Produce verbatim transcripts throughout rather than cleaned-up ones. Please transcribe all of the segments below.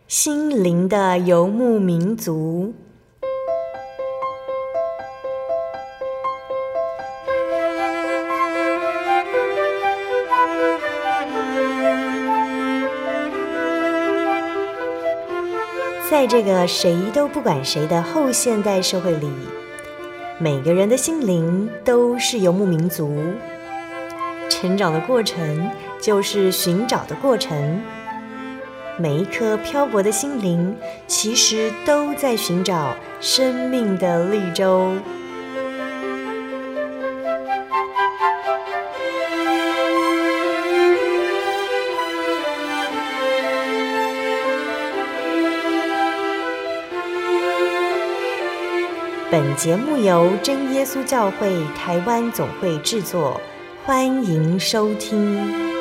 心灵的游牧民族。在这个谁都不管谁的后现代社会里，每个人的心灵都是游牧民族。成长的过程就是寻找的过程，每一颗漂泊的心灵其实都在寻找生命的绿洲。本节目由真耶稣教会台湾总会制作，欢迎收听。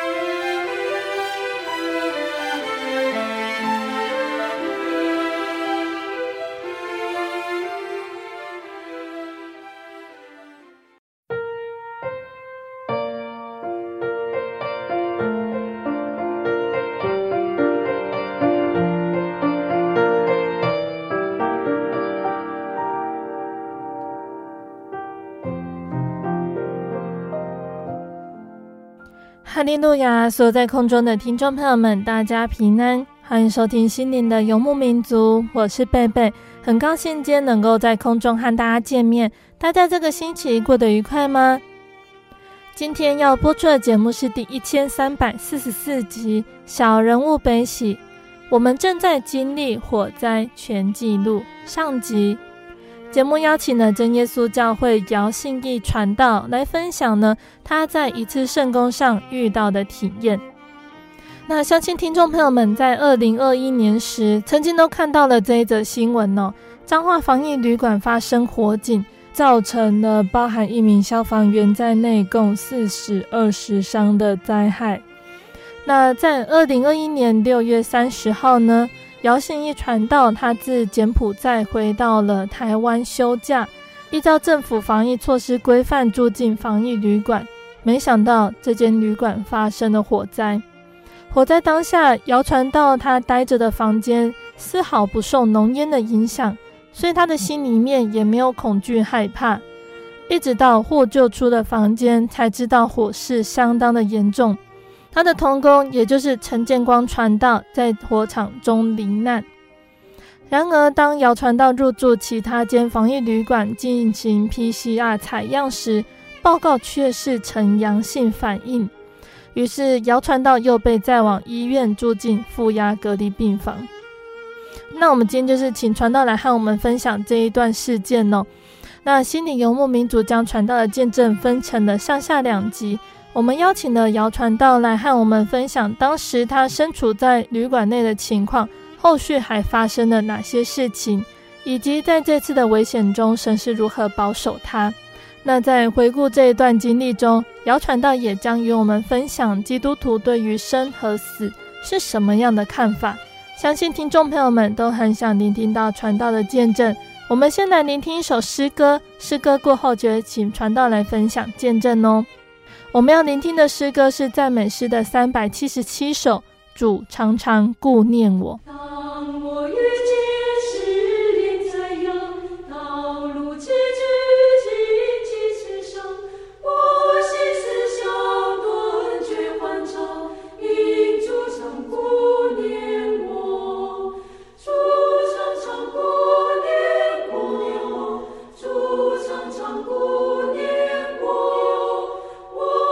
哈利路亚！所有在空中的听众朋友们，大家平安，欢迎收听心灵的游牧民族，我是贝贝，很高兴今天能够在空中和大家见面。大家这个星期过得愉快吗？今天要播出的节目是第一千三百四十四集《小人物悲喜》，我们正在经历火灾全纪录上集。节目邀请了真耶稣教会姚信义传道来分享呢他在一次圣工上遇到的体验。那相信听众朋友们在二零二一年时曾经都看到了这一则新闻哦，彰化防疫旅馆发生火警，造成了包含一名消防员在内共四死二十伤的灾害。那在二零二一年六月三十号呢，姚信义传道他自柬埔寨回到了台湾休假，依照政府防疫措施规范住进防疫旅馆，没想到这间旅馆发生了火灾。火灾当下，姚传道他待着的房间丝毫不受浓烟的影响，所以他的心里面也没有恐惧害怕。一直到获救出了房间，才知道火势相当的严重。他的同工也就是陈建光传道在火场中罹难。然而当姚传道入住其他间防疫旅馆进行 P C R 采样时，报告却是呈阳性反应，于是姚传道又被载往医院住进负压隔离病房。那我们今天就是请传道来和我们分享这一段事件哦。那心灵游牧民族将传道的见证分成了上下两集，我们邀请了姚传道来和我们分享当时他身处在旅馆内的情况，后续还发生了哪些事情，以及在这次的危险中神是如何保守他。那在回顾这一段经历中，姚传道也将与我们分享基督徒对于生和死是什么样的看法。相信听众朋友们都很想聆听到传道的见证。我们先来聆听一首诗歌，诗歌过后就会请传道来分享见证哦。我们要聆听的诗歌是赞美诗的三百七十七首，主常常顾念我。 当我遇见试炼在阳，道路崎岖荆棘刺伤，我心思小顿却欢畅，因主常顾念我，主常常顾念我，主常常顾念我。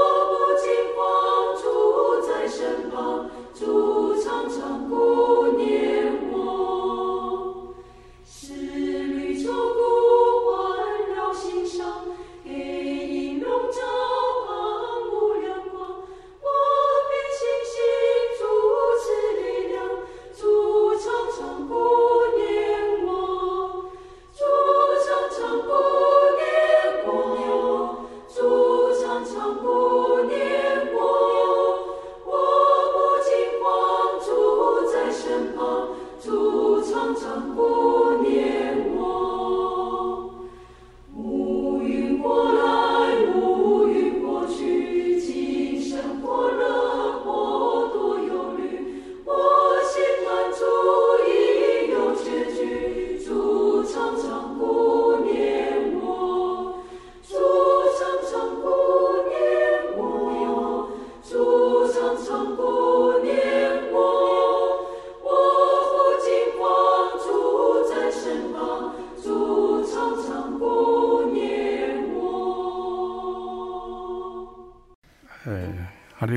主常常顾念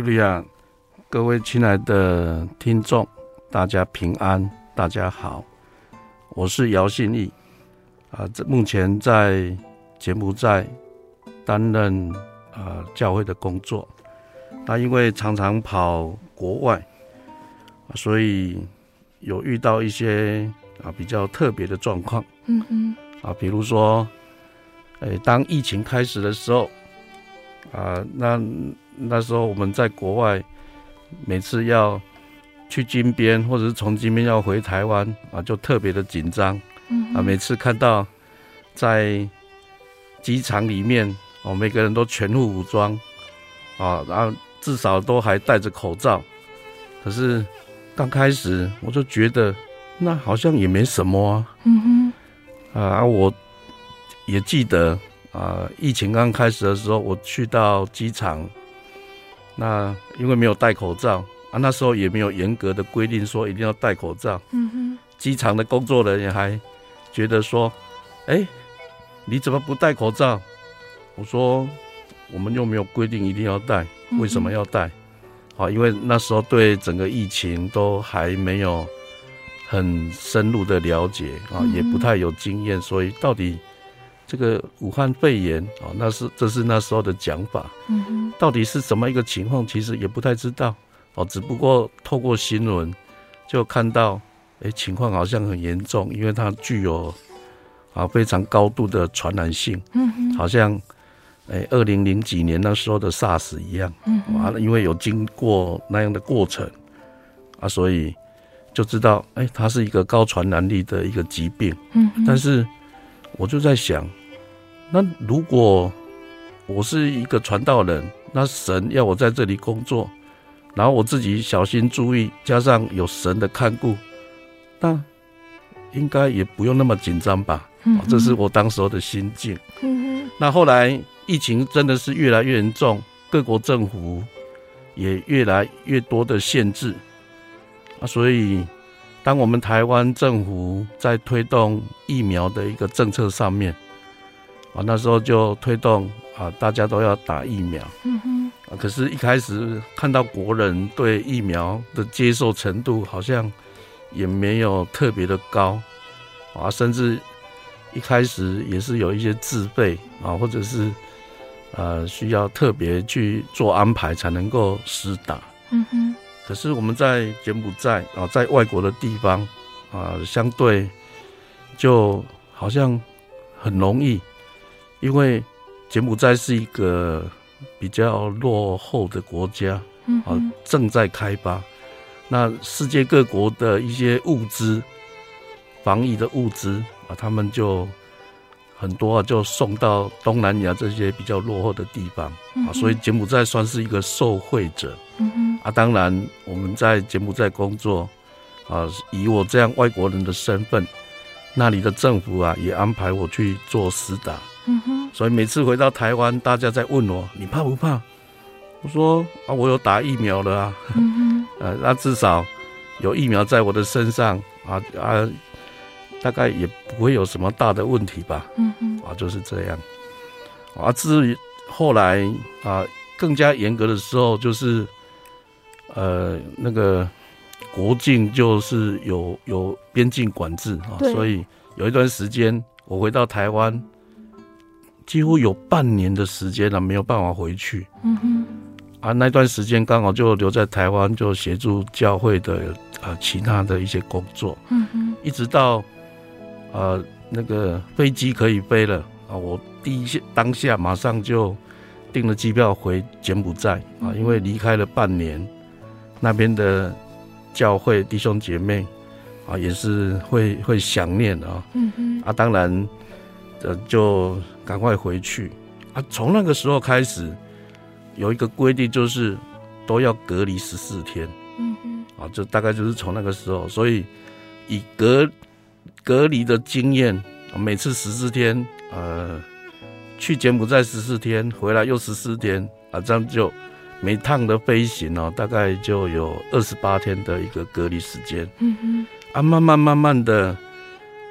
利利亚，各位亲爱的听众，大家平安，大家好，我是姚信义啊，目前在柬埔寨担任啊教会的工作。那因为常常跑国外，所以有遇到一些啊比较特别的状况。嗯嗯啊，比如说，诶，当疫情开始的时候，啊，那那时候我们在国外，每次要去金边，或者是从金边要回台湾啊，就特别的紧张。嗯啊，每次看到在机场里面，哦，每个人都全副武装，啊，然后至少都还戴着口罩。可是刚开始我就觉得，那好像也没什么啊。嗯哼，啊，我也记得。啊，疫情刚开始的时候，我去到机场，那因为没有戴口罩啊，那时候也没有严格的规定说一定要戴口罩。嗯哼，机场的工作人员还觉得说，哎、欸，你怎么不戴口罩？我说，我们又没有规定一定要戴，为什么要戴？好、嗯，因为那时候对整个疫情都还没有很深入的了解啊，也不太有经验，所以到底。这个武汉肺炎啊，那是这是那时候的讲法，嗯哼，到底是什么一个情况，其实也不太知道哦。只不过透过新闻就看到，哎，情况好像很严重，因为它具有啊非常高度的传染性，嗯哼，好像哎二零零几年那时候的 SARS 一样，嗯哼，啊，因为有经过那样的过程啊，所以就知道，哎，它是一个高传染力的一个疾病，嗯哼，但是我就在想。那如果我是一个传道人，那神要我在这里工作，然后我自己小心注意，加上有神的看顾，那应该也不用那么紧张吧、嗯哦、这是我当时候的心境、嗯、那后来疫情真的是越来越严重，各国政府也越来越多的限制、啊、所以当我们台湾政府在推动疫苗的一个政策上面啊，那时候就推动啊，大家都要打疫苗。嗯哼。啊，可是，一开始看到国人对疫苗的接受程度好像也没有特别的高，啊，甚至一开始也是有一些自费啊，或者是呃需要特别去做安排才能够施打。嗯哼。可是我们在柬埔寨啊，在外国的地方啊，相对就好像很容易。因为柬埔寨是一个比较落后的国家，嗯、啊，正在开发。那世界各国的一些物资，防疫的物资啊，他们就很多啊，就送到东南亚这些比较落后的地方、嗯、啊，所以柬埔寨算是一个受惠者。嗯、啊，当然我们在柬埔寨工作啊，以我这样外国人的身份，那里的政府啊也安排我去做施打。嗯哼，所以每次回到台湾，大家在问我你怕不怕？我说啊，我有打疫苗了啊，嗯哼，呃，那至少有疫苗在我的身上啊啊，大概也不会有什么大的问题吧。嗯哼，啊，就是这样。啊，至于后来啊更加严格的时候，就是呃那个国境就是有有边境管制啊，所以有一段时间我回到台湾。几乎有半年的时间了、啊，没有办法回去。嗯哼，啊，那段时间刚好就留在台湾，就协助教会的啊其他的一些工作。嗯哼，一直到呃那个飞机可以飞了啊，我第一当下马上就订了机票回柬埔寨啊，因为离开了半年，那边的教会弟兄姐妹啊也是会会想念啊。嗯哼，啊，当然。呃，就赶快回去啊！从那个时候开始，有一个规定，就是都要隔离十四天。嗯哼，啊，就大概就是从那个时候，所以以隔隔离的经验，每次十四天，呃，去柬埔寨十四天，回来又十四天啊，这样就每趟的飞行哦，大概就有二十八天的一个隔离时间。嗯哼，啊，慢慢慢慢的。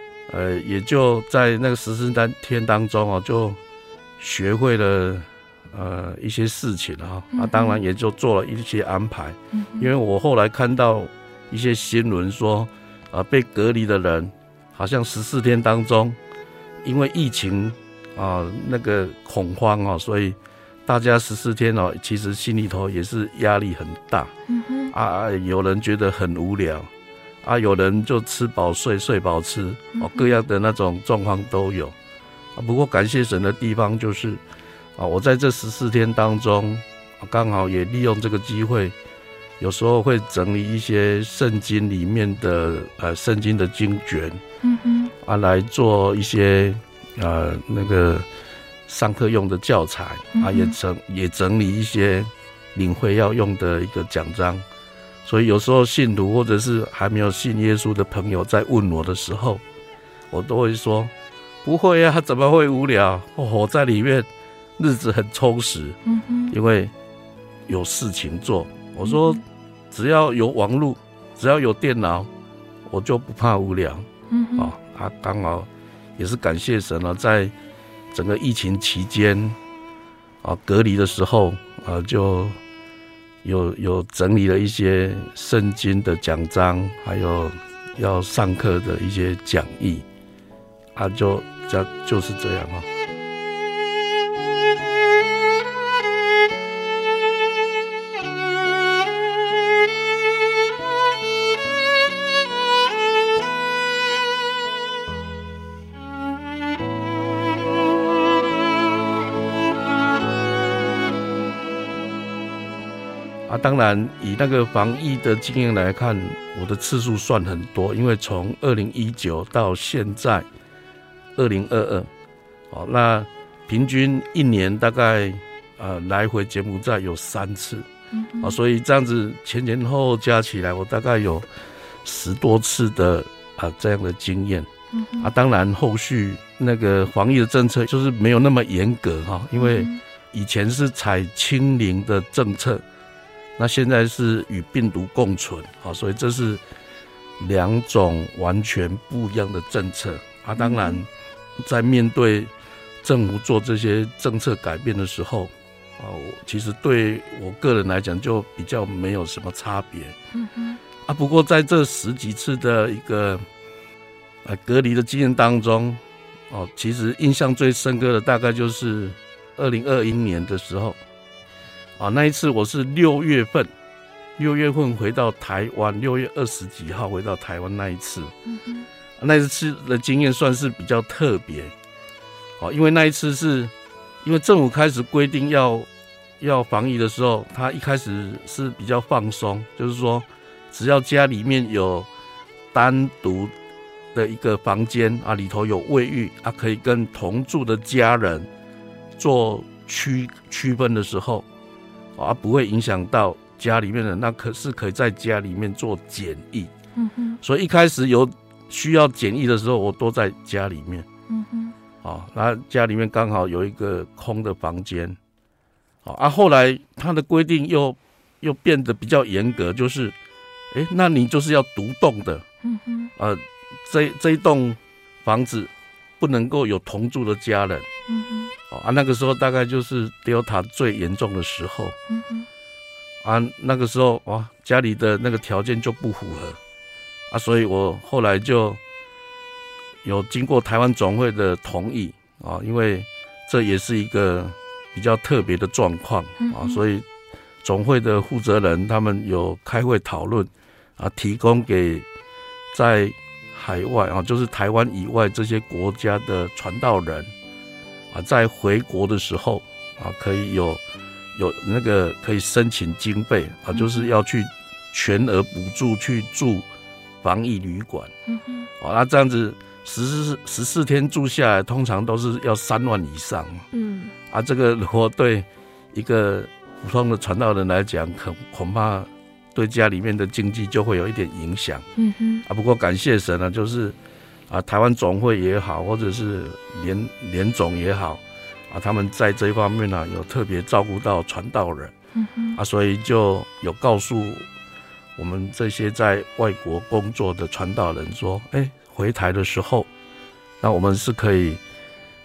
呃，也就在那个十四天当中哦，就学会了呃一些事情啊，啊，当然也就做了一些安排。嗯、因为我后来看到一些新闻说，啊，被隔离的人好像十四天当中，因为疫情啊那个恐慌啊，所以大家十四天哦，其实心里头也是压力很大。嗯哼，啊，有人觉得很无聊。啊，有人就吃饱睡，睡饱吃，哦，各样的那种状况都有。啊，不过感谢神的地方就是，啊，我在这十四天当中，刚好也利用这个机会，有时候会整理一些圣经里面的呃圣经的经卷，嗯哼，啊，来做一些呃那个上课用的教材，啊，也整也整理一些领会要用的一个奖章。所以有时候信徒或者是还没有信耶稣的朋友在问我的时候，我都会说不会啊，怎么会无聊？哦，我在里面日子很充实，嗯哼，因为有事情做。我说只要有网络，只要有电脑，我就不怕无聊。嗯哼，哦，啊，刚好也是感谢神啊，在整个疫情期间啊隔离的时候啊就。有有整理了一些圣经的讲章，还有要上课的一些讲义，啊，就这就是这样哦。啊，当然以那个防疫的经验来看，我的次数算很多，因为从二零一九到现在二零二二，哦，那平均一年大概呃来回柬埔寨有三次，嗯，啊，所以这样子前前后后加起来，我大概有十多次的啊这样的经验，嗯，啊，当然后续那个防疫的政策就是没有那么严格哈，因为以前是采清零的政策。那现在是与病毒共存，所以这是两种完全不一样的政策啊。当然，在面对政府做这些政策改变的时候，啊，其实对我个人来讲就比较没有什么差别。嗯哼。啊，不过在这十几次的一个呃隔离的经验当中，哦，其实印象最深刻的大概就是二零二一年的时候。啊，那一次我是六月份，六月份回到台湾，六月二十几号回到台湾那一次，嗯哼，那一次的经验算是比较特别，哦，因为那一次是因为政府开始规定要要防疫的时候，他一开始是比较放松，就是说只要家里面有单独的一个房间啊，里头有卫浴啊，可以跟同住的家人做区区分的时候。啊，不会影响到家里面的，那可是可以在家里面做检疫。嗯哼，所以一开始有需要检疫的时候，我都在家里面。嗯哼，啊，那家里面刚好有一个空的房间。啊，后来他的规定又又变得比较严格，就是，哎，那你就是要独栋的。嗯哼，呃，这这一栋房子不能够有同住的家人。嗯哼。啊，那个时候大概就是 Delta 最严重的时候，嗯哼，啊，那个时候哇，家里的那个条件就不符合，啊，所以我后来就有经过台湾总会的同意啊，因为这也是一个比较特别的状况啊，所以总会的负责人他们有开会讨论啊，提供给在海外啊，就是台湾以外这些国家的传道人。啊，在回国的时候啊，可以有有那个可以申请经费啊，就是要去全额补助去住防疫旅馆。嗯哼，啊，那这样子十四十四天住下来，通常都是要三万以上。嗯，啊，这个如果对一个普通的传道人来讲，恐恐怕对家里面的经济就会有一点影响。嗯哼，啊，不过感谢神啊，就是。啊，台湾总会也好，或者是联联总也好，啊，他们在这一方面呢、啊，有特别照顾到传道人，嗯哼，啊，所以就有告诉我们这些在外国工作的传道人说，哎，回台的时候，那我们是可以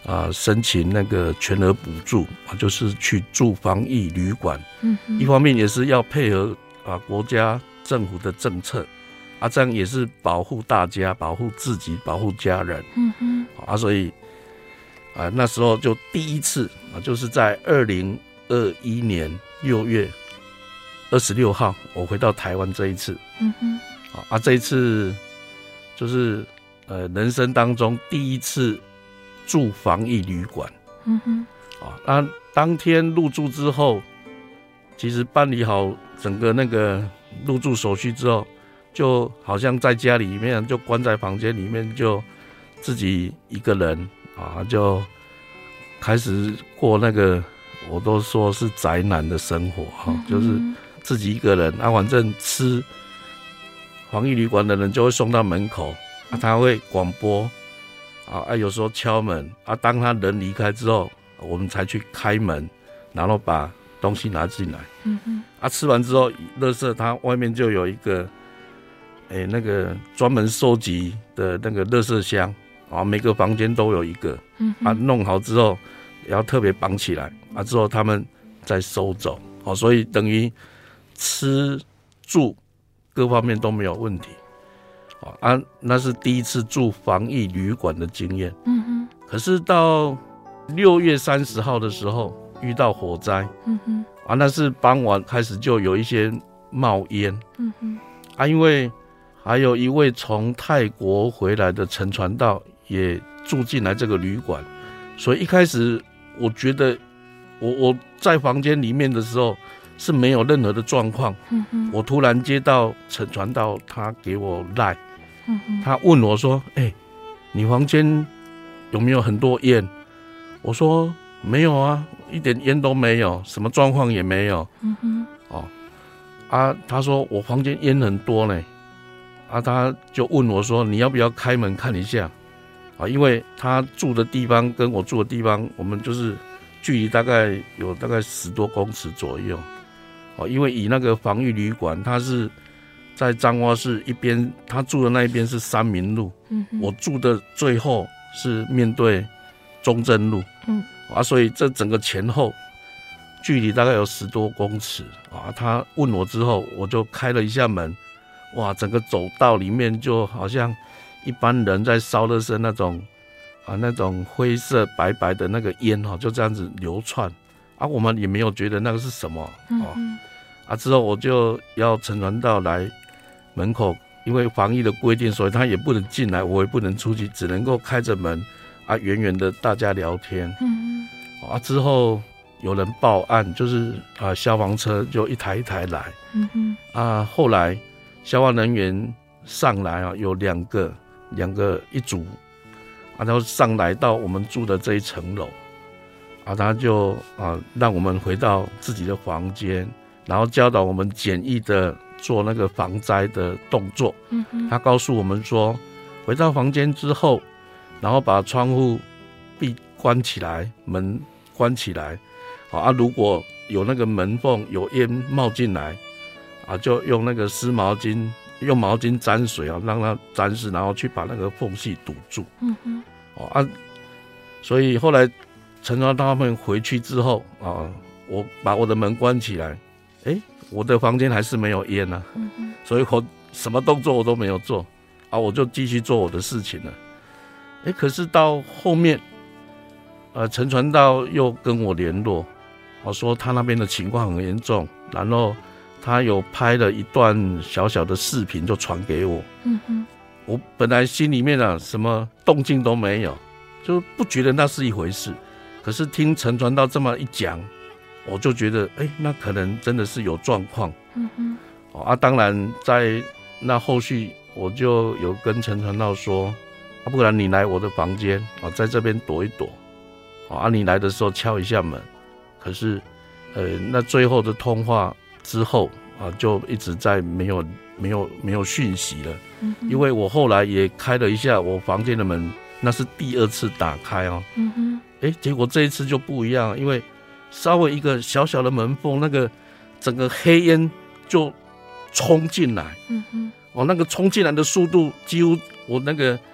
啊申请那个全额补助啊，就是去住防疫旅馆。 嗯， 一方面也是要配合啊国家政府的政策啊，这样也是保护大家、保护自己、保护家人。 嗯哼， 啊，所以啊那时候就第一次啊，就是在二零二一年六月二十六号，我回到台湾这一次。 嗯哼， 啊，这一次就是呃人生当中第一次住防疫旅馆。 嗯哼， 啊，那当天入住之后，其实办理好整个那个入住手续之后，就好像在家里面，就关在房间里面，就自己一个人啊，就开始过那个我都说是宅男的生活哈、啊，就是自己一个人啊，反正吃防疫旅馆的人就会送到门口啊，他会广播啊，啊有时候敲门啊，当他人离开之后，我们才去开门，然后把东西拿进来。 嗯哼， 啊，吃完之后，垃圾它外面就有一个，诶、欸，那个专门收集的那个垃圾箱啊，每个房间都有一个。 嗯， 啊，弄好之后也要特别绑起来啊，之后他们再收走。哦，所以等于吃住各方面都没有问题。啊，那是第一次住防疫旅馆的经验。 嗯哼， 可是到六月三十号的时候遇到火灾。 嗯哼， 啊，那是傍晚开始就有一些冒烟。 嗯哼，啊， 因为还有一位从泰国回来的陈传道也住进来这个旅馆，所以一开始我觉得我我在房间里面的时候是没有任何的状况。 嗯哼， 我突然接到陈传道他给我赖。 嗯哼， 他问我说：“哎、欸，你房间有没有很多烟？”我说：“没有啊，一点烟都没有，什么状况也没有。” 嗯哼， 哦，啊，他说我房间烟很多呢，啊，他就问我说：“你要不要开门看一下？”啊，因为他住的地方跟我住的地方，我们就是距离大概有大概十多公尺左右。哦，因为以那个防疫旅馆，它是在彰化市一边，他住的那一边是三民路， 嗯， 我住的最后是面对中正路， 嗯， 啊，所以这整个前后距离大概有十多公尺啊。他问我之后，我就开了一下门，哇，整个走道里面就好像一般人在烧垃圾那种啊，那种灰色白白的那个烟哈，就这样子流窜啊，我们也没有觉得那个是什么哦。 嗯， 啊，之后我就要陈传道来门口，因为防疫的规定，所以他也不能进来，我也不能出去，只能够开着门啊，远远的大家聊天。 嗯， 啊，之后有人报案，就是啊，消防车就一台一台来。 嗯哼，啊， 后来消防人员上来啊，有两个两个一组啊，然后上来到我们住的这一层楼啊，他就啊让我们回到自己的房间，然后教导我们简易的做那个防灾的动作。 嗯哼， 他告诉我们说，回到房间之后，然后把窗户闭关起来，门关起来。好啊，如果有那个门缝有烟冒进来啊，就用那个湿毛巾，用毛巾沾水啊，让它沾湿，然后去把那个缝隙堵住。 嗯哼， 哦啊，所以后来陈传道他们回去之后啊，我把我的门关起来。哎，我的房间还是没有烟啊， 嗯哼， 所以我什么动作我都没有做啊，我就继续做我的事情了。哎，可是到后面，呃，陈传道又跟我联络，我说他那边的情况很严重，然后他有拍了一段小小的视频就传给我。 嗯哼， 我本来心里面啊什么动静都没有，就不觉得那是一回事。可是听陈传道这么一讲，我就觉得，哎，那可能真的是有状况。 嗯哼， 哦啊，当然在那后续，我就有跟陈传道说，啊，不然你来我的房间啊，在这边躲一躲，啊，你来的时候敲一下门。可是，呃，那最后的通话之后啊，就一直在没有没有没有讯息了。 嗯， 因为我后来也开了一下我房间的门，那是第二次打开哦。 嗯哼， 哎，结果这一次就不一样，因为稍微一个小小的门缝，那个整个黑烟就冲进来。 嗯哼， 哦，那个冲进来的速度，几乎我那个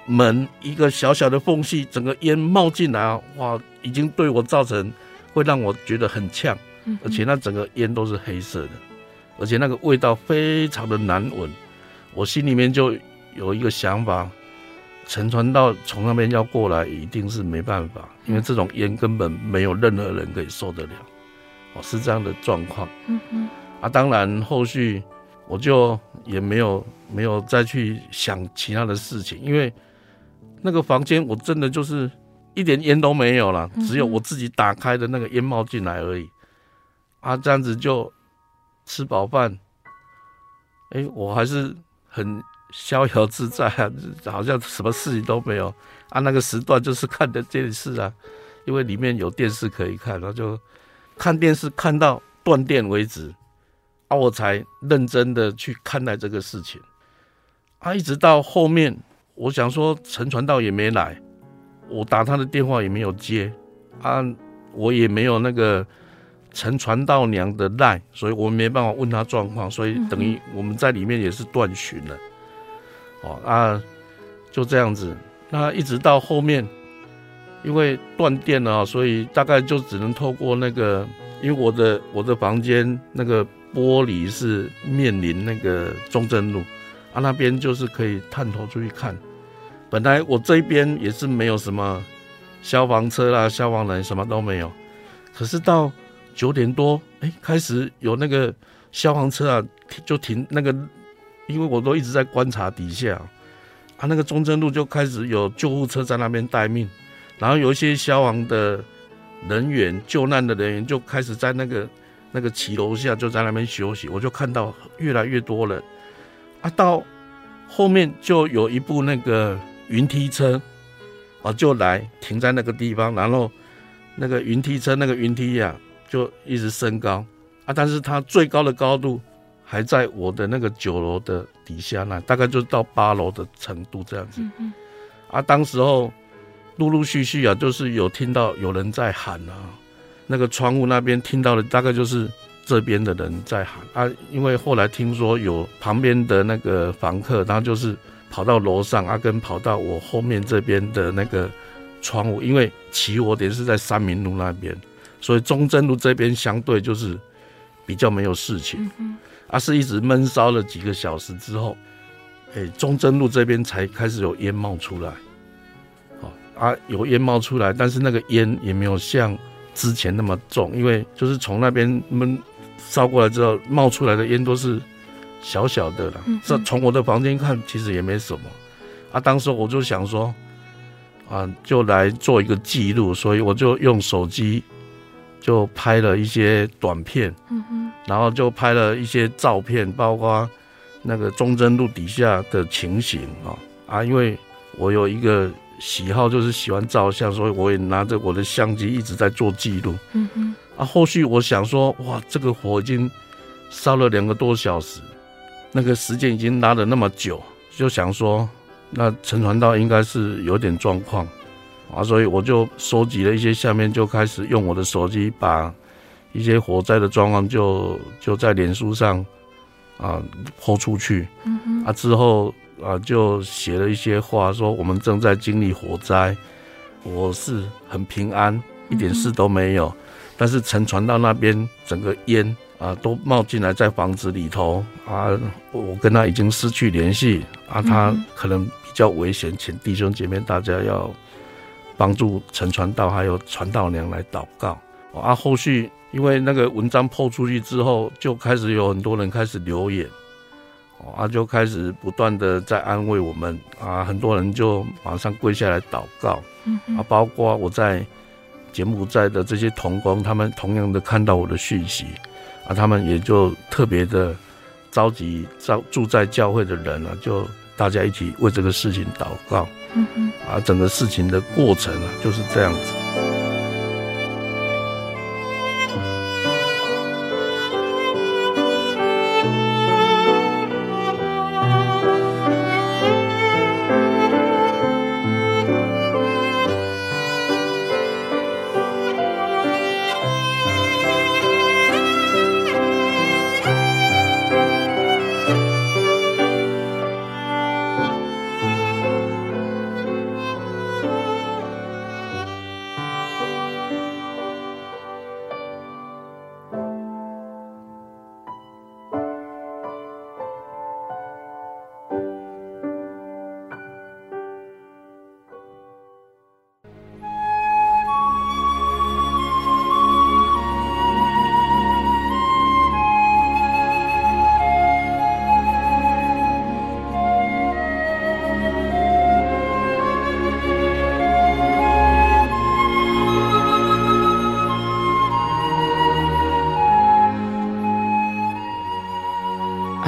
门一个小小的缝隙，整个烟冒进来啊，哇，已经对我造成会让我觉得很呛，而且那整个烟都是黑色的，而且那个味道非常的难闻。我心里面就有一个想法，陈传道从那边要过来一定是没办法，因为这种烟根本没有任何人可以受得了，哦，是这样的状况。嗯嗯。啊，当然后续我就也没有没有再去想其他的事情，因为那个房间我真的就是一点烟都没有了，只有我自己打开的那个烟冒进来而已。啊，这样子就吃饱饭，哎，我还是很逍遥自在啊，好像什么事情都没有啊。那个时段就是看的电视啊，因为里面有电视可以看，然后就看电视看到断电为止啊，我才认真的去看待这个事情啊。一直到后面，我想说陈传道也没来，我打他的电话也没有接啊，我也没有那个陈传道娘的赖，所以我没办法问他状况，所以等于我们在里面也是断讯了。哦啊，就这样子。那一直到后面，因为断电了，所以大概就只能透过那个，因为我的我的房间那个玻璃是面临那个中正路啊，那边就是可以探头出去看。本来我这边也是没有什么消防车啦、消防人，什么都没有。可是到九点多，哎，开始有那个消防车啊，就停那个，因为我都一直在观察底下啊，那个中正路就开始有救护车在那边待命，然后有一些消防的人员、救难的人员就开始在那个那个骑楼下就在那边休息，我就看到越来越多人啊，到后面就有一部那个云梯车啊，就来停在那个地方，然后那个云梯车那个云梯啊就一直升高啊，但是它最高的高度还在我的那个九楼的底下那，大概就到八楼的程度这样子。嗯嗯啊，当时候陆陆续续啊，就是有听到有人在喊啊，那个窗户那边听到的大概就是这边的人在喊啊，因为后来听说有旁边的那个房客，他就是跑到楼上啊，跟跑到我后面这边的那个窗户，因为起火点是在三民路那边，所以中正路这边相对就是比较没有事情。嗯啊，是一直闷烧了几个小时之后，欸、中正路这边才开始有烟冒出来。哦啊，有烟冒出来，但是那个烟也没有像之前那么重，因为就是从那边闷烧过来之后冒出来的烟都是小小的啦。这从我的房间看，其实也没什么。啊，当时我就想说，啊，就来做一个记录，所以我就用手机就拍了一些短片。嗯哼。然后就拍了一些照片，包括那个中正路底下的情形啊啊！因为我有一个喜好，就是喜欢照相，所以我也拿着我的相机一直在做记录。嗯哼。啊，后续我想说，哇，这个火已经烧了两个多小时，那个时间已经拉了那么久，就想说，那陈传道应该是有点状况啊，所以我就收集了一些下面，就开始用我的手机把一些火灾的状况就就在脸书上啊po出去。嗯啊之后啊就写了一些话，说我们正在经历火灾，我是很平安，一点事都没有。嗯、但是陈传道那边整个烟啊都冒进来在房子里头啊，我跟他已经失去联系啊，他可能比较危险，请弟兄姐妹大家要帮助陈传道还有传道娘来祷告啊。后续因为那个文章po出去之后，就开始有很多人开始留言，啊，就开始不断的在安慰我们啊，很多人就马上跪下来祷告，啊，包括我在柬埔寨的这些同工，他们同样的看到我的讯息，啊，他们也就特别的召集住在教会的人啊，就大家一起为这个事情祷告，啊，整个事情的过程啊就是这样子。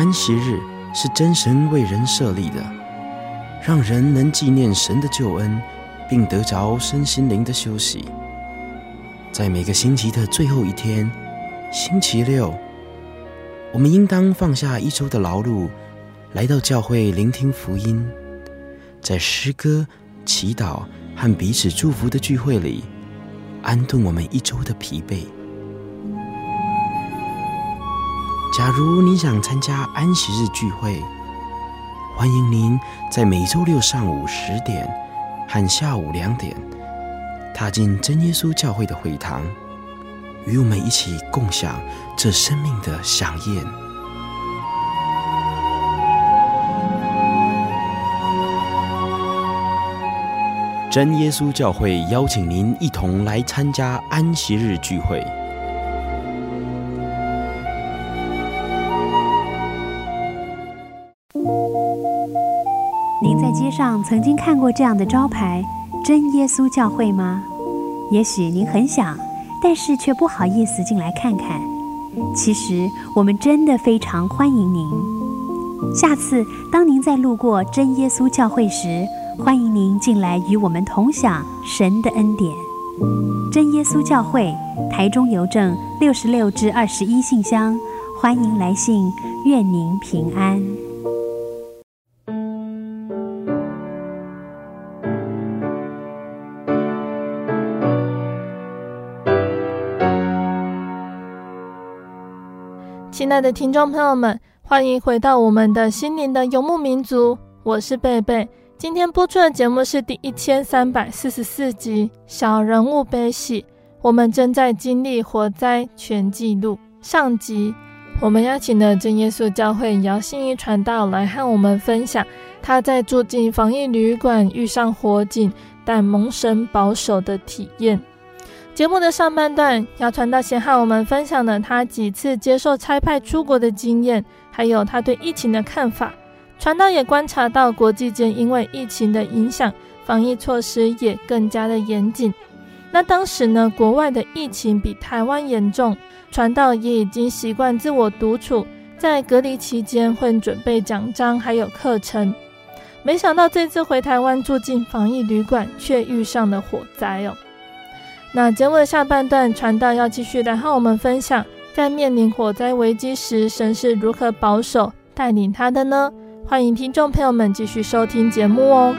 安息日是真神为人设立的，让人能纪念神的救恩，并得着身心灵的休息。在每个星期的最后一天，星期六，我们应当放下一周的劳碌，来到教会聆听福音，在诗歌、祈祷和彼此祝福的聚会里，安顿我们一周的疲惫。假如你想参加安息日聚会，欢迎您在每周六上午十点和下午两点踏进真耶稣教会的会堂，与我们一起共享这生命的飨宴。真耶稣教会邀请您一同来参加安息日聚会。 您在街上曾经看过这样的招牌“真耶稣教会”吗？也许您很想，但是却不好意思进来看看。其实我们真的非常欢迎您。下次当您在路过真耶稣教会时，欢迎您进来与我们同享神的恩典。真耶稣教会，台中邮政六十六至二十一信箱，欢迎来信，愿您平安。 亲爱的听众朋友们，欢迎回到我们的心灵的游牧民族，我是贝贝。今天播出的节目是第一千三百四十四集小人物悲喜，我们正在经历火灾全纪录上集。我们邀请了真耶稣教会姚信义传道来和我们分享他在住进防疫旅馆遇上火警但蒙神保守的体验。节目的上半段，姚传道先和我们分享了他几次接受差派出国的经验，还有他对疫情的看法。传道也观察到国际间因为疫情的影响，防疫措施也更加的严谨。那当时呢，国外的疫情比台湾严重，传道也已经习惯自我独处，在隔离期间会准备奖章还有课程。没想到这次回台湾住进防疫旅馆，却遇上了火灾哦。那节目的下半段，传道要继续来和我们分享，在面临火灾危机时，神是如何保守带领他的呢？欢迎听众朋友们继续收听节目哦。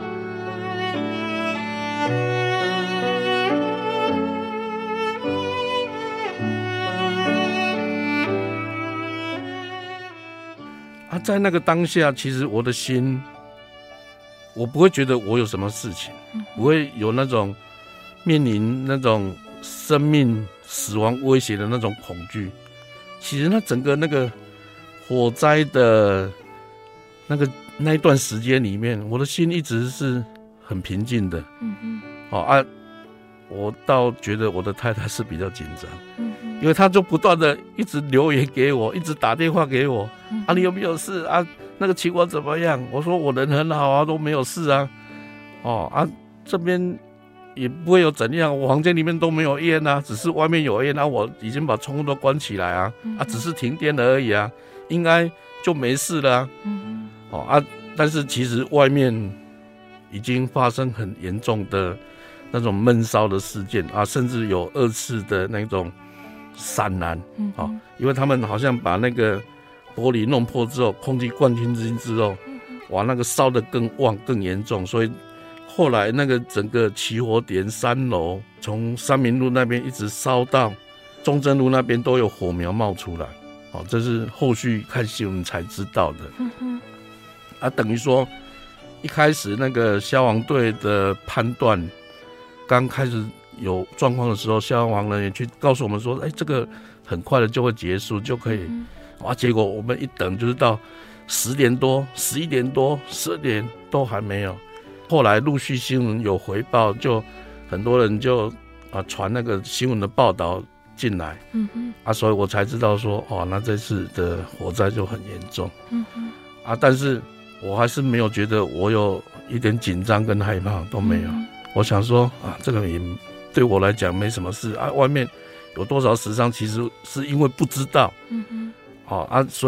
啊，在那个当下，其实我的心，我不会觉得我有什么事情，不会有那种面临那种生命死亡威胁的那种恐惧。其实那整个那个火灾的那个那一段时间里面，我的心一直是很平静的。嗯嗯。哦啊，我倒觉得我的太太是比较紧张，嗯嗯，因为她就不断的一直留言给我，一直打电话给我，嗯、啊，你有没有事啊？那个情况怎么样？我说我人很好啊，都没有事啊。哦啊，这边也不会有怎样，我房间里面都没有烟啊，只是外面有烟啊，我已经把窗户都关起来啊，嗯、啊，只是停电了而已啊，应该就没事了啊。嗯、哦啊，但是其实外面已经发生很严重的那种闷烧的事件啊，甚至有二次的那种闪燃，嗯、哦，因为他们好像把那个玻璃弄破之后，空气灌进去之后，哇，那个烧得更旺更严重，所以后来那个整个起火点三楼，从三民路那边一直烧到中正路那边都有火苗冒出来，哦，这是后续看新闻才知道的。嗯哼，啊，等于说一开始那个消防队的判断，刚开始有状况的时候，消防人员去告诉我们说，哎，这个很快的就会结束，就可以。嗯、哇，结果我们一等就是到十点多、十一点多、十二点都还没有。后来陆续新闻有回报，就很多人就啊传那个新闻的报道进来，嗯哼，啊，所以我才知道说，哦，那这次的火灾就很严重，嗯哼，啊，但是我还是没有觉得我有一点紧张跟害怕，都没有。嗯、我想说啊，这个也对我来讲没什么事啊，外面有多少死伤，其实是因为不知道，嗯哼，好、哦、啊，所以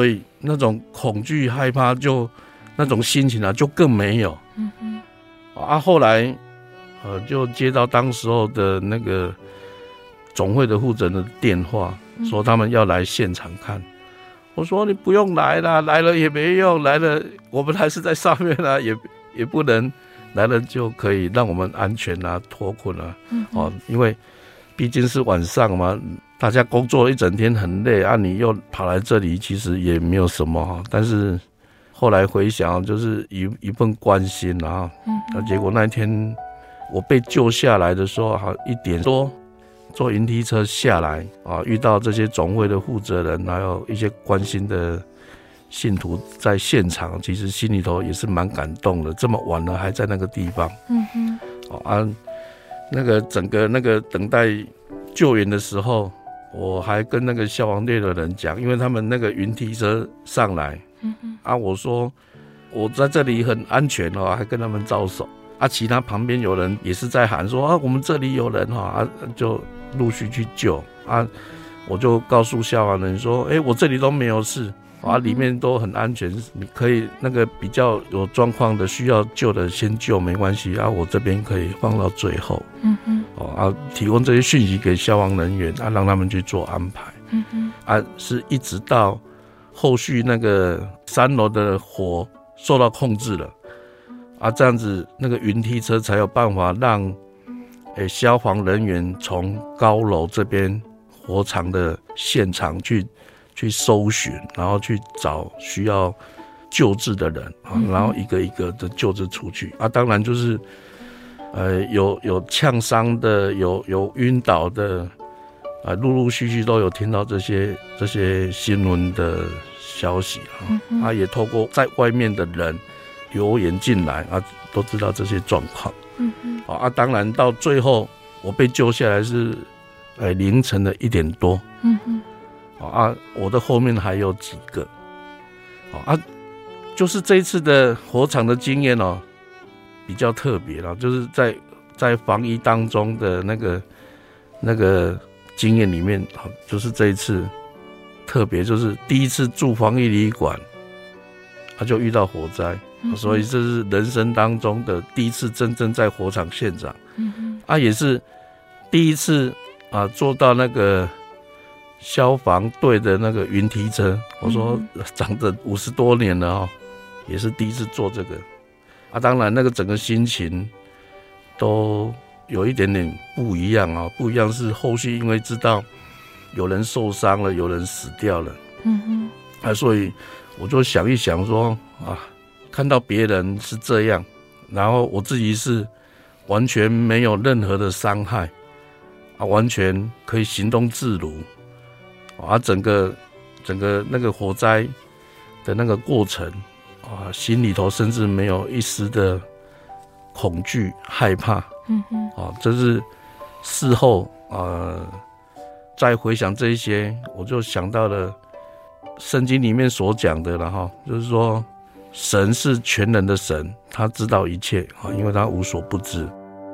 那种恐惧害怕就那种心情啊就更没有。 嗯嗯。 啊，后来呃就接到当时候的那个总会的负责人的电话，说他们要来现场看。我说你不用来啦，来了也没用，来了我们还是在上面啊，也也不能来了就可以让我们安全啊脱困啊。嗯哦，因为毕竟是晚上嘛，大家工作一整天很累啊，你又跑来这里，其实也没有什么。但是后来回想，就是一一份关心啊。嗯，那结果那天我被救下来的时候，好一点多。坐云梯车下来啊，遇到这些总会的负责人，还有一些关心的信徒在现场，其实心里头也是蛮感动的。这么晚了还在那个地方，嗯哼，哦啊，那个整个那个等待救援的时候，我还跟那个消防队的人讲，因为他们那个云梯车上来，嗯哼，啊，我说我在这里很安全哦，还跟他们招手。啊，其他旁边有人也是在喊说啊，我们这里有人哈，啊，就陆续去救啊。我就告诉消防人说，哎、欸，我这里都没有事啊，里面都很安全，你可以那个比较有状况的需要救的先救没关系啊，我这边可以放到最后。嗯哼，哦啊，提供这些讯息给消防人员啊，让他们去做安排。嗯哼，啊，是一直到后续那个三楼的火受到控制了。啊，这样子那个云梯车才有办法让诶消防人员从高楼这边火场的现场去去搜寻，然后去找需要救治的人啊，然后一个一个的救治出去啊。当然就是呃有有呛伤的，有有晕倒的啊，陆陆续续都有听到这些这些新闻的消息啊。啊，也透过在外面的人留言进来啊，都知道这些状况。嗯嗯。啊，当然到最后我被救下来是，呃，凌晨的一点多。嗯嗯。啊，我的后面还有几个。啊，就是这一次的火场的经验哦，比较特别了，就是在在防疫当中的那个那个经验里面，就是这一次特别，就是第一次住防疫旅馆，他就遇到火灾。所以这是人生当中的第一次真正在火场现场，嗯、啊，也是第一次啊坐到那个消防队的那个云梯车。我说长得五十多年了哦，也是第一次坐这个啊。当然那个整个心情都有一点点不一样啊，不一样是后续因为知道有人受伤了，有人死掉了，嗯哼，啊，所以我就想一想说啊。看到别人是这样，然后我自己是完全没有任何的伤害啊，完全可以行动自如啊，整个整个那个火灾的那个过程啊，心里头甚至没有一丝的恐惧害怕。嗯哼，啊，这是事后呃再回想这一些，我就想到了圣经里面所讲的了哈，就是说。神是全能的神，他知道一切啊，因为他无所不知。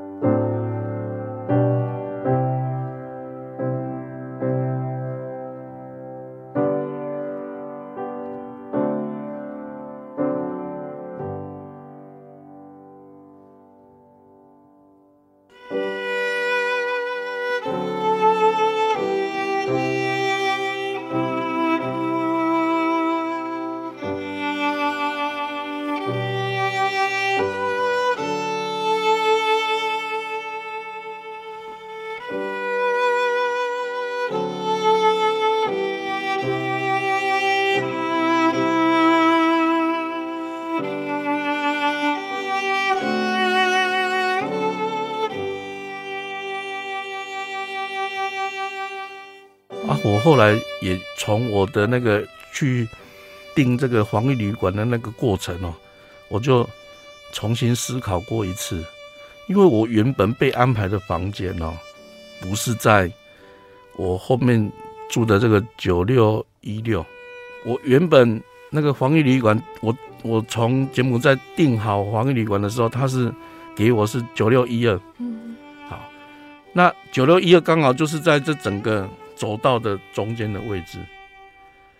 我后来也从我的那个去订这个防疫旅馆的那个过程哦，我就重新思考过一次，因为我原本被安排的房间哦，不是在我后面住的这个九六一六，我原本那个防疫旅馆，我我从柬埔寨订好防疫旅馆的时候，他是给我是九六一二，嗯，好，那九六一二刚好就是在这整个走道的中间的位置，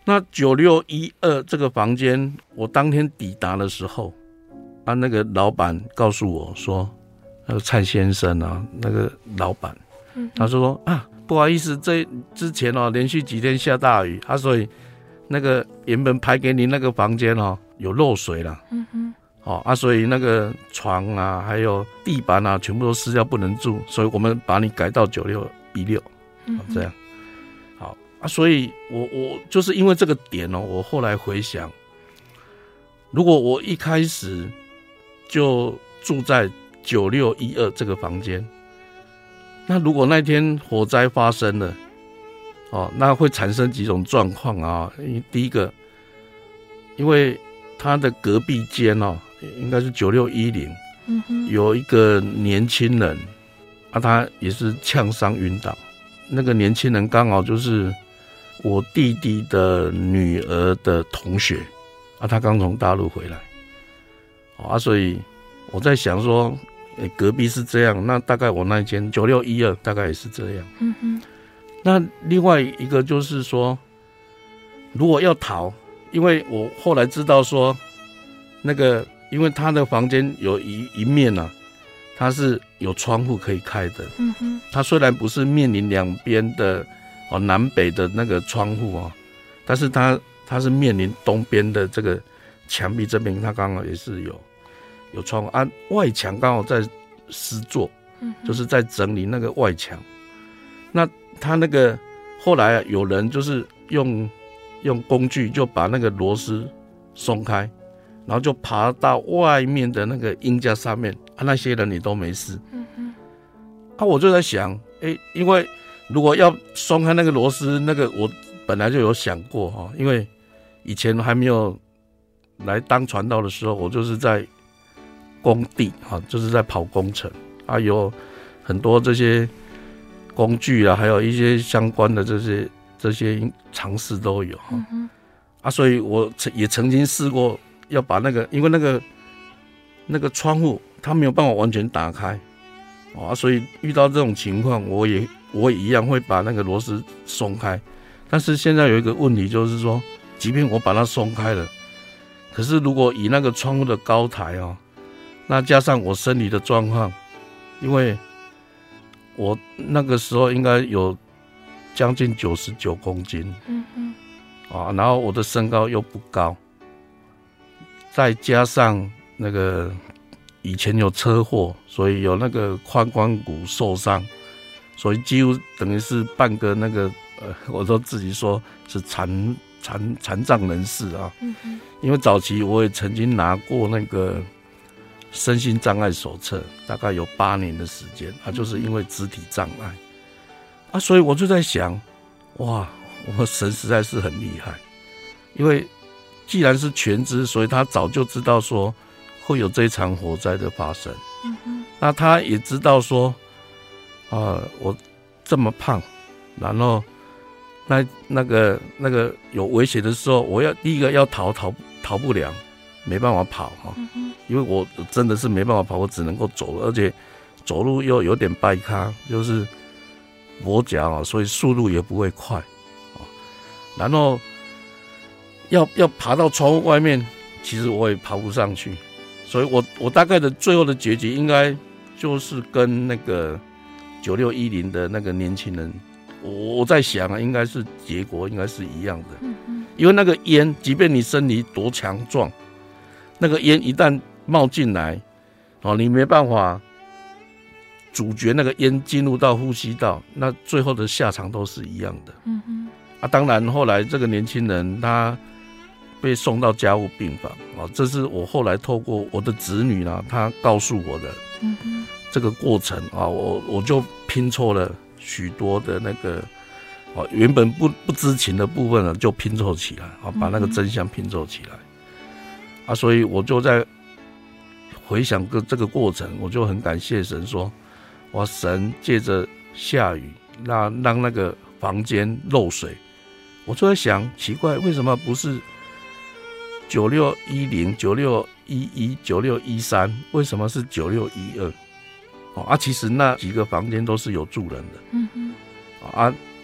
那九六一二这个房间，我当天抵达的时候，啊，那个老板告诉我说，那个蔡先生啊，那个老板，嗯、他说啊，不好意思，这之前哦连续几天下大雨啊，所以那个原本排给你那个房间哦有漏水了，嗯哼，哦啊，所以那个床啊还有地板啊全部都湿掉不能住，所以我们把你改到九六一六，嗯，这样。啊、所以我我就是因为这个点哦，我后来回想，如果我一开始就住在九六一二这个房间，那如果那天火灾发生了，哦，那会产生几种状况啊？第一个，因为他的隔壁间哦，应该是九六一零，嗯哼，有一个年轻人啊，他也是呛伤晕倒，那个年轻人刚好就是我弟弟的女儿的同学啊，他刚从大陆回来啊，所以我在想说，欸、隔壁是这样，那大概我那间九六一二大概也是这样。嗯哼。那另外一个就是说，如果要逃，因为我后来知道说，那个因为他的房间有一一面啊，它是有窗户可以开的。嗯哼。它虽然不是面临两边的。哦，南北的那个窗户哦，但是它它是面临东边的这个墙壁这边，它刚好也是有有窗户啊，外墙刚好在施作，嗯，就是在整理那个外墙。那他那个后来、啊、有人就是用用工具就把那个螺丝松开，然后就爬到外面的那个鹰架上面啊，那些人也都没事。嗯哼，啊，我就在想，哎，因为如果要松开那个螺丝，那个我本来就有想过哈，因为以前还没有来当传道的时候，我就是在工地哈，就是在跑工程啊，有很多这些工具啊，还有一些相关的这些这些尝试都有哈、嗯、啊，所以我也曾经试过要把那个，因为那个那个窗户它没有办法完全打开啊，所以遇到这种情况，我也。我也一样会把那个螺丝松开，但是现在有一个问题就是说，即便我把它松开了，可是如果以那个窗户的高台哦，那加上我身体的状况，因为我那个时候应该有将近九十九公斤，嗯嗯，啊，然后我的身高又不高，再加上那个以前有车祸，所以有那个髋关骨受伤。所以几乎等于是半个那个呃，我都自己说是残残残障人士啊。嗯嗯。因为早期我也曾经拿过那个身心障碍手册，大概有八年的时间啊，就是因为肢体障碍啊，所以我就在想，哇，我们神实在是很厉害，因为既然是全知，所以他早就知道说会有这一场火灾的发生。嗯嗯。那他也知道说。啊，我这么胖，然后那那个那个有危险的时候，我要第一个要逃逃逃不了，没办法跑哈、嗯，因为我真的是没办法跑，我只能够走，而且走路又有点掰咖，就是跛脚啊，所以速度也不会快啊。然后要要爬到窗户外面，其实我也爬不上去，所以我我大概的最后的结局应该就是跟那个。九六一零的那个年轻人，我我在想啊，应该是结果应该是一样的，嗯嗯，因为那个烟，即便你身体多强壮，那个烟一旦冒进来，哦，你没办法阻绝那个烟进入到呼吸道，那最后的下场都是一样的，嗯嗯，啊，当然后来这个年轻人他被送到加护病房啊，这是我后来透过我的子女呢，他告诉我的，嗯嗯。这个过程啊，我我就拼凑了许多的那个啊，原本不不知情的部分呢，就拼凑起来啊，把那个真相拼凑起来啊，所以我就在回想个这个过程，我就很感谢神说，哇，神借着下雨，让让那个房间漏水，我就在想，奇怪，为什么不是九六一零、九六一一、九六一三，为什么是九六一二？啊，其实那几个房间都是有住人的，嗯哼，啊，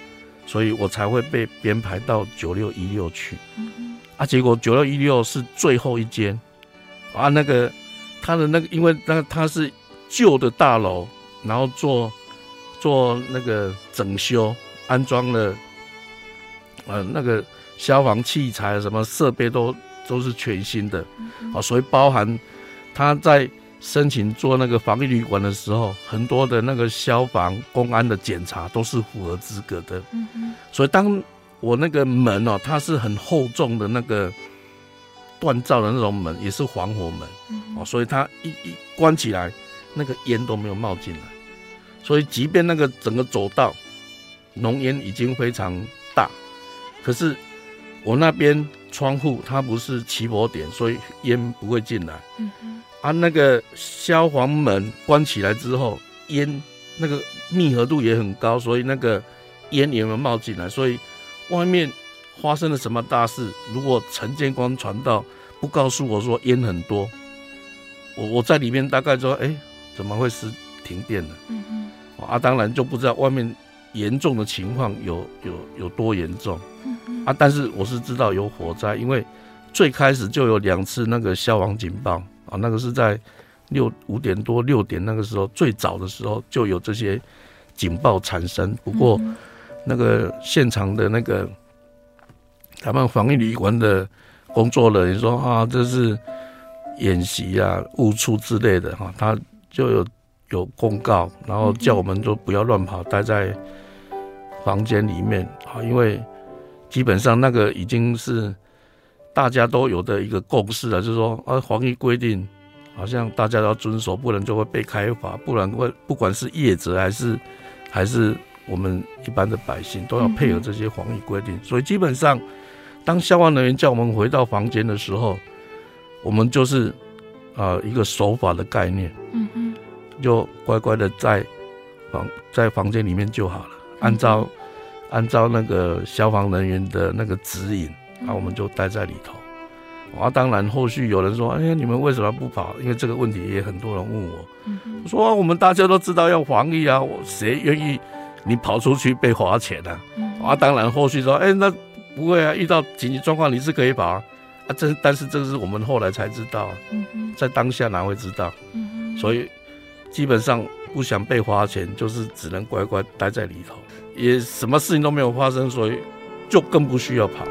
所以我才会被编排到九六一六去。啊，结果九六一六是最后一间啊，那个他的那个，因为那他是旧的大楼，然后做做那个整修，安装了呃那个消防器材什么设备都都是全新的，啊，所以包含他在申请做那个防疫旅馆的时候，很多的那个消防公安的检查都是符合资格的。所以当我那个门哦，它是很厚重的那个锻造的那种门，也是防火门、哦、所以它一一关起来，那个烟都没有冒进来。所以即便那个整个走道浓烟已经非常大，可是我那边窗户它不是起火点，所以烟不会进来。嗯啊，那个消防门关起来之后，烟那个密合度也很高，所以那个烟也没有冒进来。所以外面发生了什么大事，如果陈建光传道不告诉我说烟很多，我我在里面大概说，哎、欸，怎么会是停电了？嗯嗯。啊，当然就不知道外面严重的情况有有有多严重。嗯嗯。啊，但是我是知道有火灾，因为最开始就有两次那个消防警报啊，那个是在六五点多六点那个时候，最早的时候就有这些警报产生。不过那个现场的那个他们防疫旅馆的工作人员说啊，这是演习啊、误触之类的哈，他就有有公告，然后叫我们就不要乱跑，待在房间里面啊，因为基本上那个已经是大家都有的一个共识了，就是说啊，防疫规定好像大家都要遵守，不然就会被开罚，不然会不管是业者还是还是我们一般的百姓都要配合这些防疫规定。所以基本上，当消防人员叫我们回到房间的时候，我们就是啊、呃、一个守法的概念，嗯嗯，就乖乖的在房在房间里面就好了，按照、嗯、按照那个消防人员的那个指引。啊，我们就待在里头。啊，当然后续有人说，哎，你们为什么不跑？因为这个问题也很多人问我。嗯、我说、啊、我们大家都知道要防疫啊，我谁愿意你跑出去被罚钱啊？嗯、啊，当然后续说，哎，那不会啊，遇到紧急状况你是可以跑啊。啊，这但是这是我们后来才知道、啊，嗯、在当下哪会知道？嗯、所以基本上不想被罚钱，就是只能乖乖待在里头，也什么事情都没有发生，所以就更不需要跑。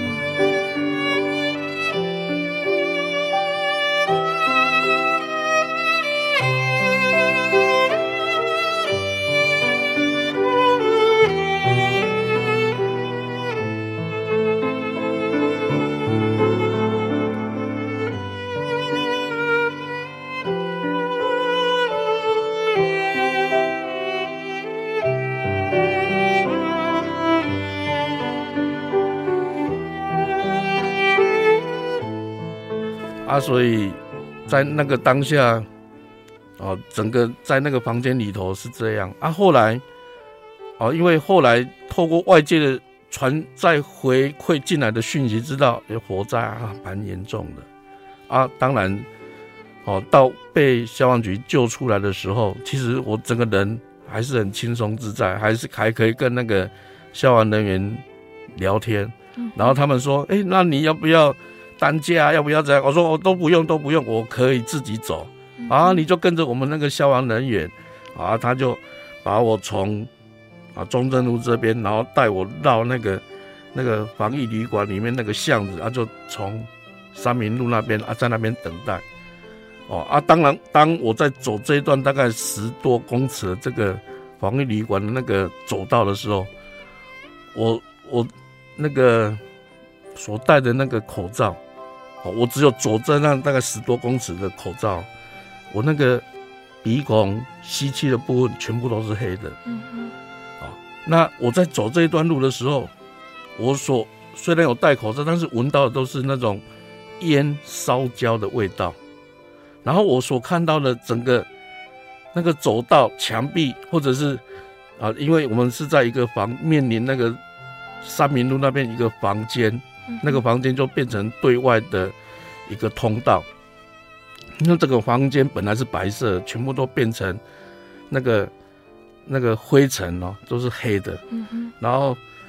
啊，所以在那个当下，哦，整个在那个房间里头是这样啊。后来，哦，因为后来透过外界的传再回馈进来的讯息，知道有火灾啊，蛮严重的啊。当然，哦，到被消防局救出来的时候，其实我整个人还是很轻松自在，还是还可以跟那个消防人员聊天。然后他们说：“哎、欸，那你要不要？”担架要不要这样？我说我都不用，都不用，我可以自己走。啊，你就跟着我们那个消防人员，啊，他就把我从啊中正路这边，然后带我绕那个那个防疫旅馆里面那个巷子，啊，就从三民路那边啊，在那边等待。哦啊，当然，当我在走这一段大概十多公尺的这个防疫旅馆的那个走道的时候，我我那个所戴的那个口罩。我只有左正那大概十多公尺的口罩，我那个鼻孔吸气的部分全部都是黑的。嗯嗯。那我在走这一段路的时候，我所虽然有戴口罩，但是闻到的都是那种烟烧焦的味道。然后我所看到的整个那个走道墙壁，或者是啊，因为我们是在一个房面临那个三民路那边一个房间。那个房间就变成对外的一个通道，因为这个房间本来是白色，全部都变成那个那个灰尘哦，都是黑的。嗯、然后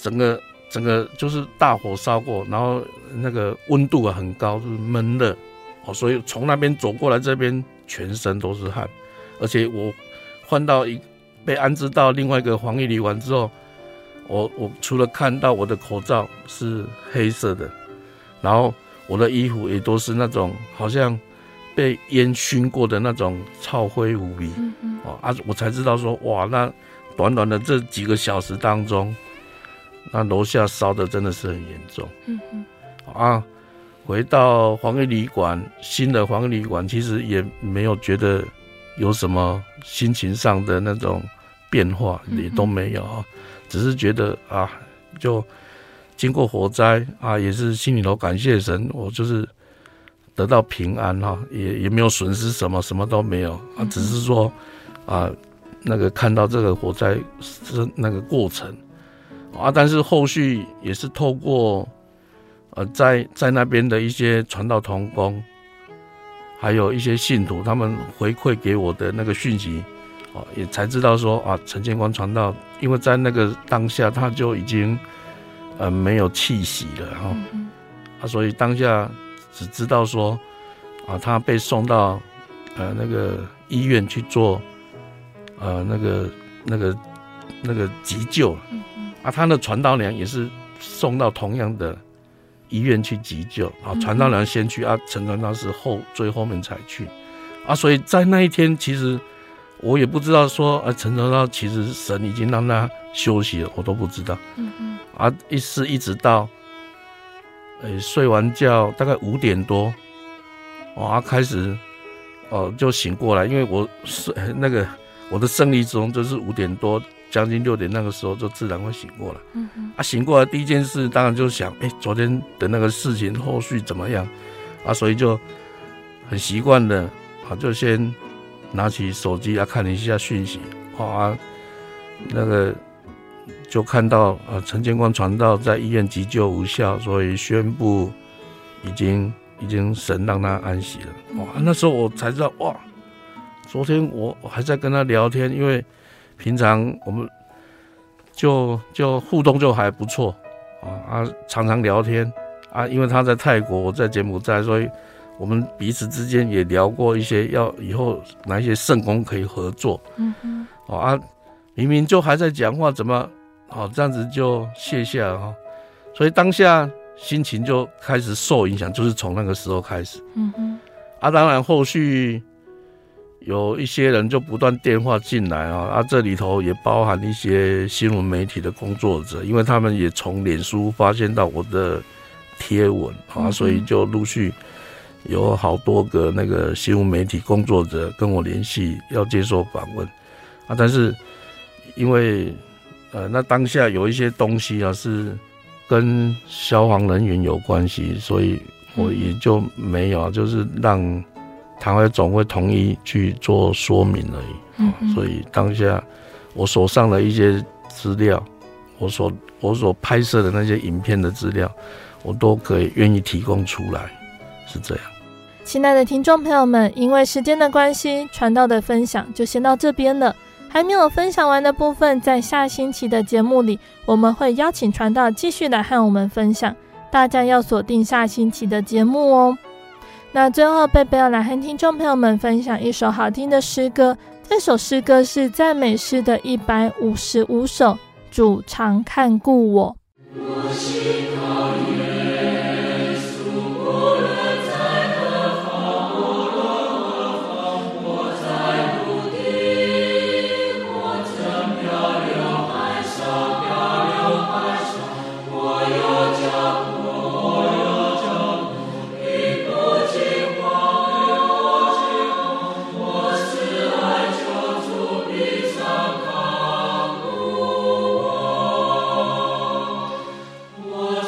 整个整个就是大火烧过，然后那个温度啊很高，就是闷热哦，所以从那边走过来这边全身都是汗，而且我换到一被安置到另外一个防疫旅馆之后，我我除了看到我的口罩是黑色的，然后我的衣服也都是那种好像被烟熏过的那种臭灰无比、嗯嗯哦、啊，我才知道说哇，那短短的这几个小时当中，那楼下烧的真的是很严重。嗯嗯啊，回到防疫旅馆，新的防疫旅馆其实也没有觉得有什么心情上的那种变化，也都没有啊，只是觉得啊，就经过火灾啊，也是心里头感谢神，我就是得到平安哈，也也没有损失什么，什么都没有啊，只是说啊，那个看到这个火灾是那个过程啊，但是后续也是透过呃在在那边的一些传道同工，还有一些信徒，他们回馈给我的那个讯息。哦，也才知道说啊，陈建光传道，因为在那个当下他就已经呃没有气息了哈、哦嗯，啊，所以当下只知道说啊，他被送到呃那个医院去做呃那个那个那个急救了，嗯啊，他的传道娘也是送到同样的医院去急救啊，传道娘先去啊，陈传道是后最后面才去啊，所以在那一天其实。我也不知道说，啊，陈传道其实神已经让他休息了，我都不知道。嗯嗯。啊，一是一直到，呃，睡完觉大概五点多，哦，啊，开始，哦，就醒过来，因为我睡那个我的生理钟就是五点多，将近六点那个时候就自然会醒过来。嗯嗯。啊，醒过来第一件事当然就想，哎、欸，昨天的那个事情后续怎么样？啊，所以就很习惯的，啊，就先。拿起手机啊，看了一下讯息，啊，那个就看到呃陈建光传道在医院急救无效，所以宣布已经已经神让他安息了。哇，那时候我才知道哇，昨天我我还在跟他聊天，因为平常我们就就互动就还不错啊啊，常常聊天啊，因为他在泰国，我在柬埔寨，所以。我们彼此之间也聊过一些要以后哪一些圣工可以合作，嗯嗯，哦啊，明明就还在讲话，怎么哦这样子就卸下了哈、哦？所以当下心情就开始受影响，就是从那个时候开始，嗯嗯，啊，当然后续有一些人就不断电话进来啊，啊，这里头也包含一些新闻媒体的工作者，因为他们也从脸书发现到我的贴文啊，所以就陆续。有好多个那个新闻媒体工作者跟我联系，要接受访问啊，但是因为呃，那当下有一些东西啊是跟消防人员有关系，所以我也就没有，就是让台湾总会统一去做说明而已。嗯啊、所以当下我手上的一些资料，我所我所拍摄的那些影片的资料，我都可以愿意提供出来，是这样。 亲爱的听众朋友们，因为时间的关系，传道的分享就先到这边了。还没有分享完的部分，在下星期的节目里，我们会邀请传道继续来和我们分享，大家要锁定下星期的节目哦。那最后，贝贝要来和听众朋友们分享一首好听的诗歌，这首诗歌是赞美诗的一百五十五首，主常看顾我。 我是靠耶稣，无论在何方，无论何方，我在陆地，我正漂流海上，漂流海上，我有脚步，我有脚步，一步进荒，一步进荒，我是爱救主，必常看顾我。我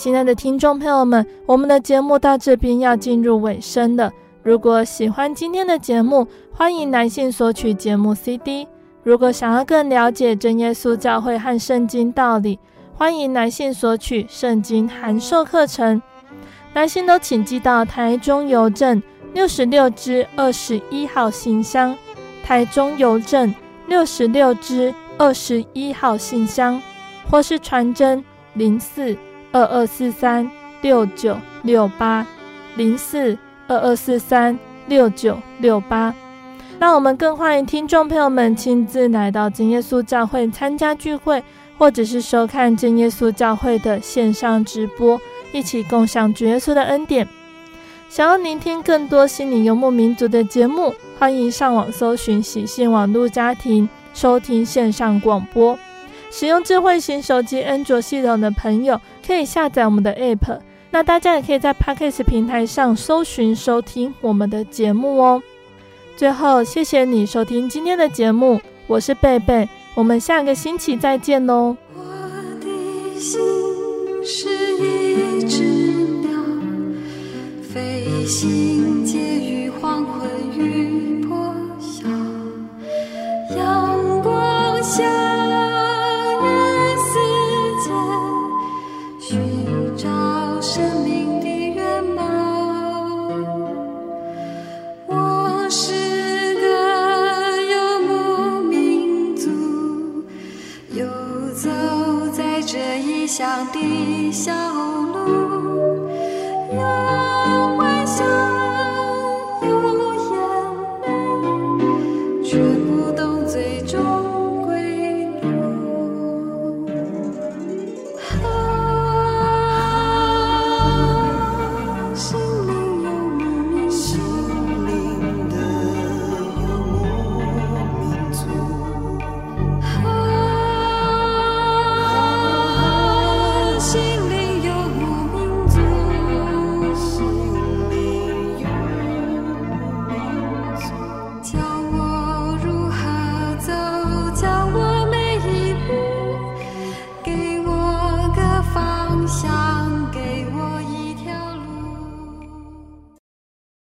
亲爱的听众朋友们，我们的节目到这边要进入尾声了。如果喜欢今天的节目，欢迎来信索取节目 C D。 如果想要更了解真耶稣教会和圣经道理，欢迎来信索取圣经函授课程。来信都请寄到台中邮政六十六支二十一号信箱，台中邮政六十六支二十一号信箱，或是传真零四二二四三六九六八零四二二四三六九六八。让我们更欢迎听众朋友们亲自来到真耶稣教会参加聚会，或者是收看真耶稣教会的线上直播，一起共享主耶稣的恩典。想要聆听更多心灵游牧民族的节目，欢迎上网搜寻喜信网络家庭，收听线上广播。使用智慧型手机安卓系统的朋友可以下载我们的 App， 那大家也可以在 Podcast 平台上搜寻收听我们的节目哦。最后，谢谢你收听今天的节目，我是贝贝，我们下个星期再见喽。 我的心是一只鸟，飞行介于黄昏与破晓，阳光下人世间寻找生命的原貌。我是个游牧民族，游走在这异乡的小路。